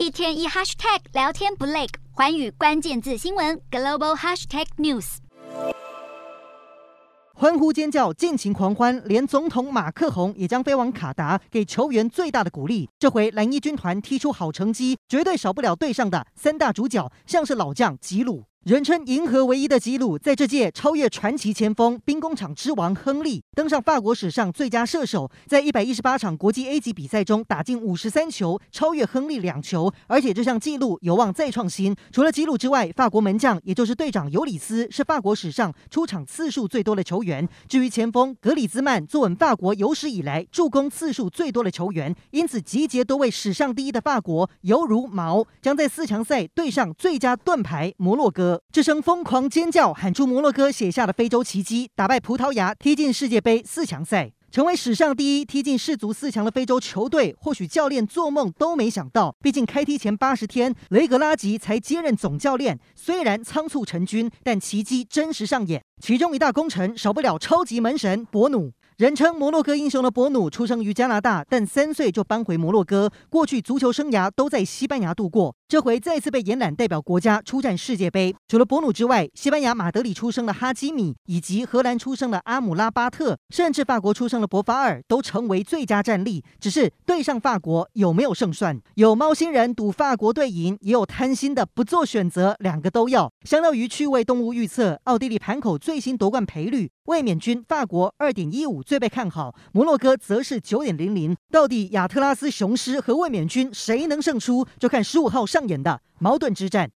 一天一 hashtag 聊天不累，寰宇关键字新闻 global hashtag news。 欢呼尖叫，尽情狂欢，连总统马克宏也将飞往卡达，给球员最大的鼓励。这回蓝衣军团踢出好成绩，绝对少不了队上的三大主角，像是老将吉鲁。人称银河唯一的吉鲁，在这届超越传奇前锋兵工厂之王亨利，登上法国史上最佳射手，在118场国际 A 级比赛中打进53球，超越亨利2球，而且这项纪录有望再创新。除了吉鲁之外，法国门将也就是队长尤里斯是法国史上出场次数最多的球员。至于前锋格里兹曼，坐稳法国有史以来助攻次数最多的球员，因此集结多位史上第一的法国犹如矛，将在4强赛对上最佳盾牌摩洛哥。这声疯狂尖叫喊出摩洛哥写下的非洲奇迹，打败葡萄牙踢进世界杯4强赛，成为史上第一踢进世足4强的非洲球队。或许教练做梦都没想到，毕竟开踢前80天，雷格拉吉才接任总教练，虽然仓促成军，但奇迹真实上演。其中一大功臣少不了超级门神博努。人称摩洛哥英雄的博努出生于加拿大，但3岁就搬回摩洛哥，过去足球生涯都在西班牙度过，这回再次被延揽代表国家出战世界杯。除了博努之外，西班牙马德里出生的哈基米，以及荷兰出生的阿姆拉巴特，甚至法国出生的博法尔都成为最佳战力。只是对上法国有没有胜算？有猫星人赌法国队赢，也有贪心的不做选择，两个都要。相较于趣味动物预测，奥地利盘口最新夺冠赔率，卫冕军法国2.15最被看好，摩洛哥则是9.00。到底亚特拉斯雄狮和卫冕军谁能胜出，就看15号上演的矛盾之战。